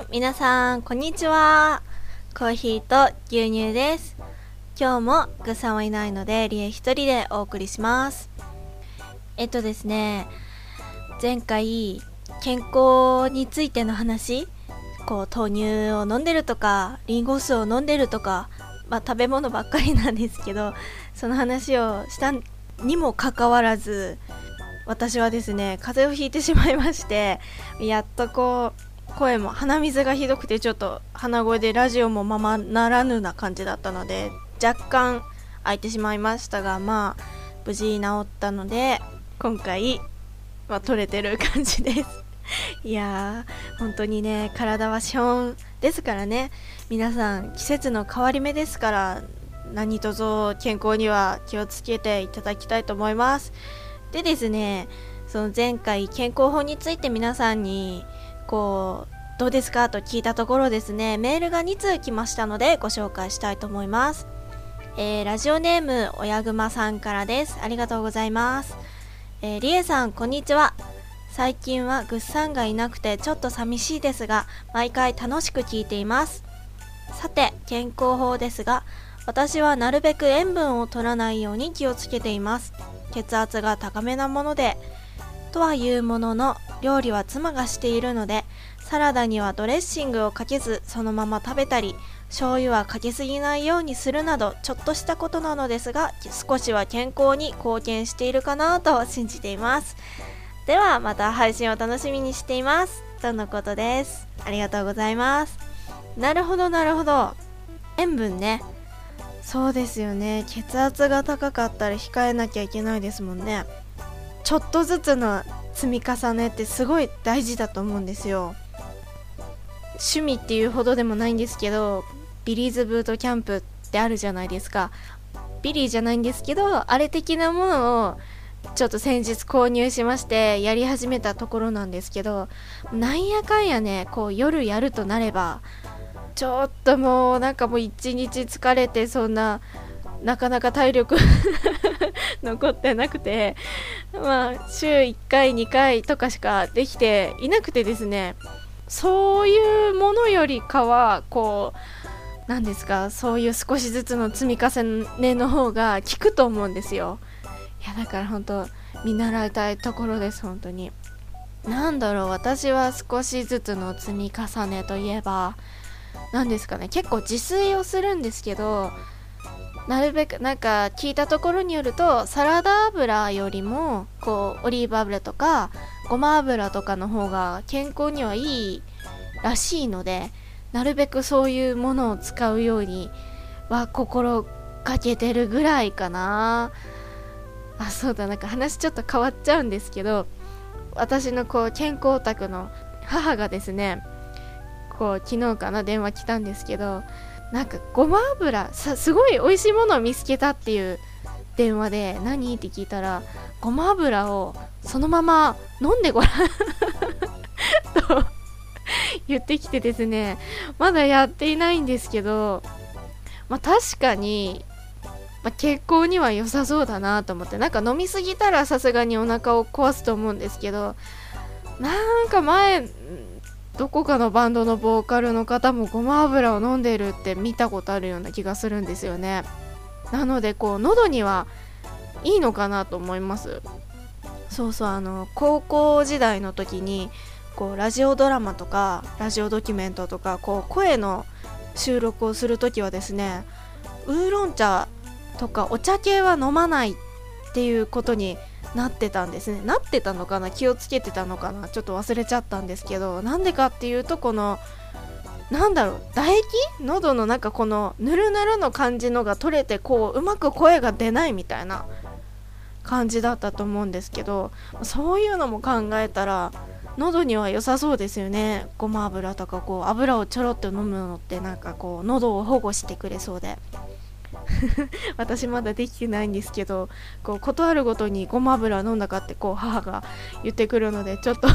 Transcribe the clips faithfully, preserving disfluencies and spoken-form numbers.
い、皆さんこんにちは。コーヒーと牛乳です。今日もグッさんはいないのでリエ一人でお送りします。えっとですね前回健康についての話、こう豆乳を飲んでるとかリンゴ酢を飲んでるとか、まあ食べ物ばっかりなんですけど、その話をしたにもかかわらず、私はですね風邪をひいてしまいまして、やっとこう声も鼻水がひどくて、ちょっと鼻声でラジオもままならぬな感じだったので若干空いてしまいましたが、まあ無事治ったので今回、まあ、取れてる感じですいやー本当にね、体は資本ですからね。皆さん季節の変わり目ですから、何卒健康には気をつけていただきたいと思います。でですね、その前回健康法について皆さんにこうどうですかと聞いたところですね、メールがに通来ましたのでご紹介したいと思います。えー、ラジオネーム親熊さんからです。ありがとうございます。えー、リエさんこんにちは。最近はグッさんがいなくてちょっと寂しいですが、毎回楽しく聞いています。さて健康法ですが、私はなるべく塩分を取らないように気をつけています。血圧が高めなものでとはいうものの、料理は妻がしているので、サラダにはドレッシングをかけずそのまま食べたり、醤油はかけすぎないようにするなど、ちょっとしたことなのですが少しは健康に貢献しているかなと信じています。ではまた配信を楽しみにしていますとのことです。ありがとうございます。なるほどなるほど、塩分ね。そうですよね、血圧が高かったら控えなきゃいけないですもんね。ちょっとずつの積み重ねってすごい大事だと思うんですよ。趣味っていうほどでもないんですけど、ビリーズブートキャンプってあるじゃないですか。ビリーじゃないんですけど、あれ的なものをちょっと先日購入しましてやり始めたところなんですけど、なんやかんやね、こう夜やるとなればちょっともうなんかもう一日疲れて、そんななかなか体力残ってなくて、まあ週いっかいにかいとかしかできていなくてですね、そういうものよりかはこうなんですか、そういう少しずつの積み重ねの方が効くと思うんですよ。いやだから本当見習いたいところです。本当になんだろう、私は少しずつの積み重ねといえばなんですかね、結構自炊をするんですけど、なるべくなんか聞いたところによると、サラダ油よりもこうオリーブ油とかごま油とかの方が健康にはいいらしいので、なるべくそういうものを使うようには心がけてるぐらいかな。あ、そうだ、なんか話ちょっと変わっちゃうんですけど、私のこう健康オタクの母がですね、こう昨日かな電話来たんですけど、なんかごま油さすごい美味しいものを見つけたっていう電話で、何って聞いたら、ごま油をそのまま飲んでごらんと言ってきてですね、まだやっていないんですけど、まあ確かに、まあ、健康には良さそうだなと思って。なんか飲みすぎたらさすがにお腹を壊すと思うんですけど、なんか前どこかのバンドのボーカルの方もごま油を飲んでるって見たことあるような気がするんですよね。なのでこう喉にはいいのかなと思います。そうそう、あの高校時代の時にこうラジオドラマとかラジオドキュメントとか、こう声の収録をする時はですね、ウーロン茶とかお茶系は飲まないっていうことになってたんですね。なってたのかな、気をつけてたのかな、ちょっと忘れちゃったんですけど、なんでかっていうと、このなんだろう、唾液、喉のなんかこのぬるぬるの感じのが取れて、こううまく声が出ないみたいな感じだったと思うんですけど、そういうのも考えたら喉には良さそうですよね。ごま油とかこう油をちょろっと飲むのってなんかこう喉を保護してくれそうで私まだできてないんですけど、こうことあるごとにごま油飲んだかってこう母が言ってくるので、ちょっと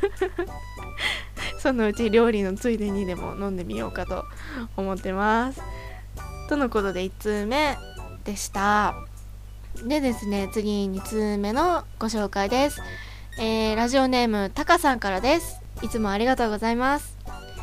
そのうち料理のついでにでも飲んでみようかと思ってますとのことでいち通目でした。でですね、次に通目のご紹介です。えー、ラジオネームたかさんからです。いつもありがとうございます。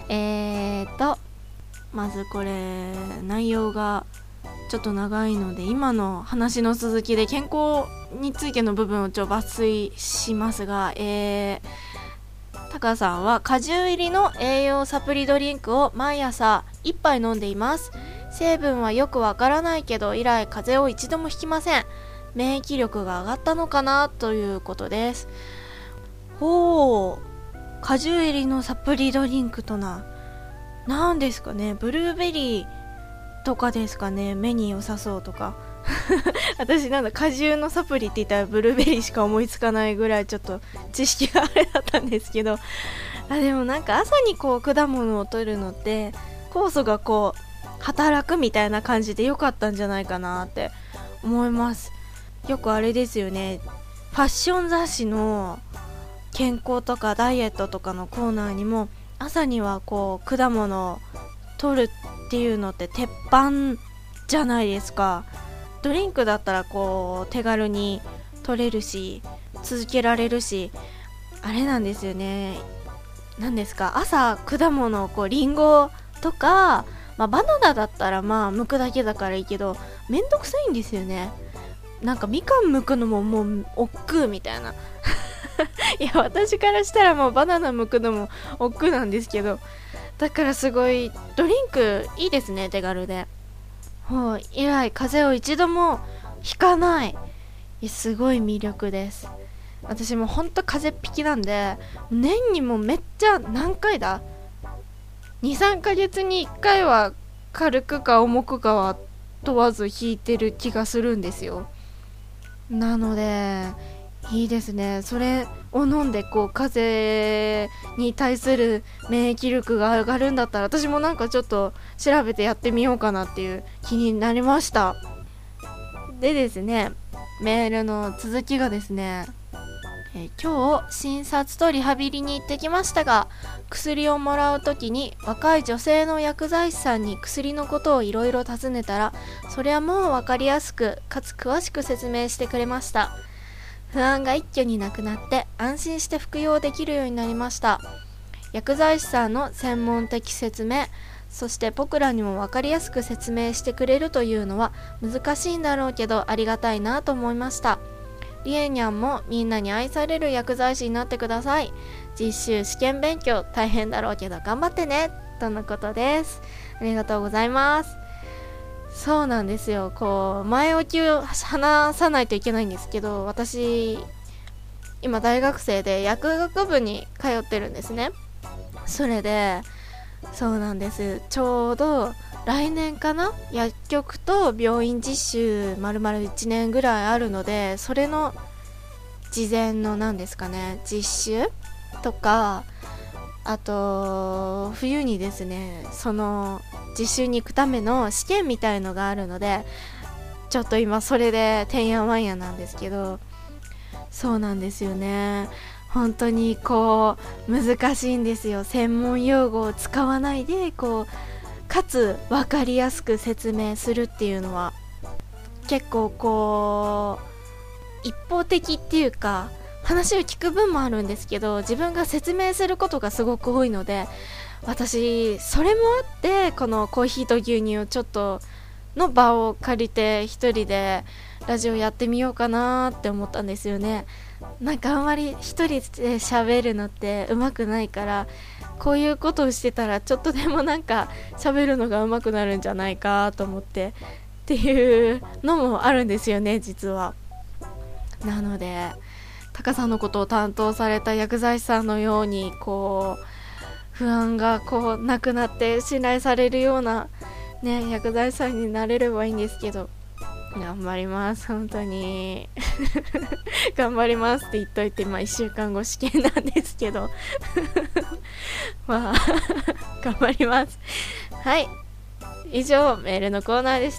えーとまずこれ内容がちょっと長いので、今の話の続きで健康についての部分をちょっと抜粋しますが、えー、タカさんは果汁入りの栄養サプリドリンクを毎朝いっぱい飲んでいます。成分はよくわからないけど以来風邪を一度もひきません。免疫力が上がったのかなということです。ほう、果汁入りのサプリドリンクとな、なんですかね、ブルーベリーとかですかね、目に良さそうとか私なんだ果汁のサプリって言ったらブルーベリーしか思いつかないぐらいちょっと知識があれだったんですけど、あでもなんか朝にこう果物を取るのって酵素がこう働くみたいな感じで良かったんじゃないかなって思います。よくあれですよね、ファッション雑誌の健康とかダイエットとかのコーナーにも朝にはこう果物を取るっていうのって鉄板じゃないですか。ドリンクだったらこう手軽に取れるし続けられるし、あれなんですよね、なんですか、朝果物をこうリンゴとか、まあ、バナナだったらまあ剥くだけだからいいけどめんどくさいんですよね。なんかみかん剥くのももう億劫みたいないや私からしたらもうバナナ剥くのも億劫なんですけど、だからすごいドリンクいいですね、手軽で。ほう、以来風邪を一度もひかない。いやすごい魅力です。私もほんと風邪っ引きなんで、年にもめっちゃ何回だ に,さん ヶ月にいっかいは軽くか重くかは問わず引いてる気がするんですよ。なのでいいですね、それを飲んでこう風邪に対する免疫力が上がるんだったら私もなんかちょっと調べてやってみようかなっていう気になりました。でですね、メールの続きがですね、えー、今日診察とリハビリに行ってきましたが、薬をもらうときに若い女性の薬剤師さんに薬のことをいろいろ尋ねたら、それはもう分かりやすくかつ詳しく説明してくれました。不安が一挙になくなって安心して服用できるようになりました。薬剤師さんの専門的説明、そして僕らにも分かりやすく説明してくれるというのは難しいんだろうけどありがたいなと思いました。リエニャンもみんなに愛される薬剤師になってください。実習試験勉強大変だろうけど頑張ってねとのことです。ありがとうございます。そうなんですよ、こう前置きを話さないといけないんですけど、私今大学生で薬学部に通ってるんですね。それでそうなんです、ちょうど来年かな、薬局と病院実習まるまるいちねんぐらいあるので、それの事前の何ですかね、実習とか、あと冬にですねその実習に行くための試験みたいのがあるので、ちょっと今それでてんやわんやなんですけど、そうなんですよね、本当にこう難しいんですよ。専門用語を使わないでこうかつ分かりやすく説明するっていうのは結構こう一方的っていうか、話を聞く分もあるんですけど自分が説明することがすごく多いので、私それもあってこのコーヒーと牛乳をちょっとの場を借りて一人でラジオやってみようかなって思ったんですよね。なんかあんまり一人で喋るのって上手くないから、こういうことをしてたらちょっとでもなんか喋るのが上手くなるんじゃないかと思ってっていうのもあるんですよね、実は。なのでタカさんのことを担当された薬剤師さんのようにこう不安がこうなくなって信頼されるような、ね、薬剤師さんになれればいいんですけど、頑張ります、本当に頑張りますって言っといて、まあいっしゅうかんご試験なんですけどまあ頑張ります。はい、以上メールのコーナーでした。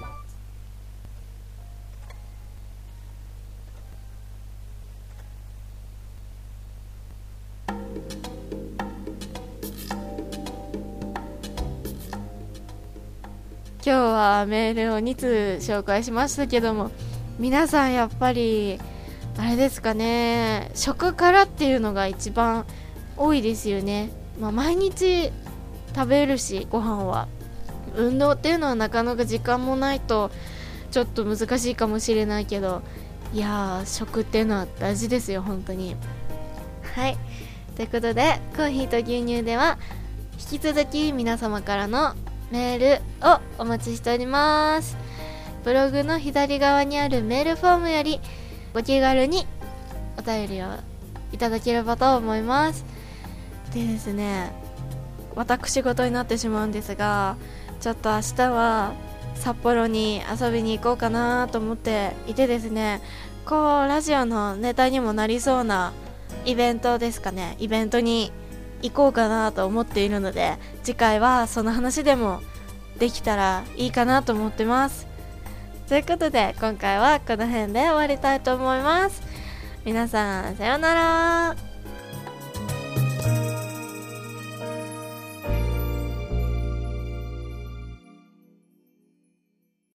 今日はメールをにつう紹介しましたけども、皆さんやっぱりあれですかね、食からっていうのが一番多いですよね。 まあ、毎日食べるしご飯は、運動っていうのはなかなか時間もないとちょっと難しいかもしれないけど、いやー食っていうのは大事ですよ本当に。はい、ということでコーヒーと牛乳では引き続き皆様からのメールをお待ちしております。ブログの左側にあるメールフォームよりご気軽にお便りをいただければと思います。でですね、私事になってしまうんですが、ちょっと明日は札幌に遊びに行こうかなと思っていてですね、こうラジオのネタにもなりそうなイベントですかね、イベントに行こうかなと思っているので、次回はその話でもできたらいいかなと思ってます。ということで今回はこの辺で終わりたいと思います。皆さんさようなら。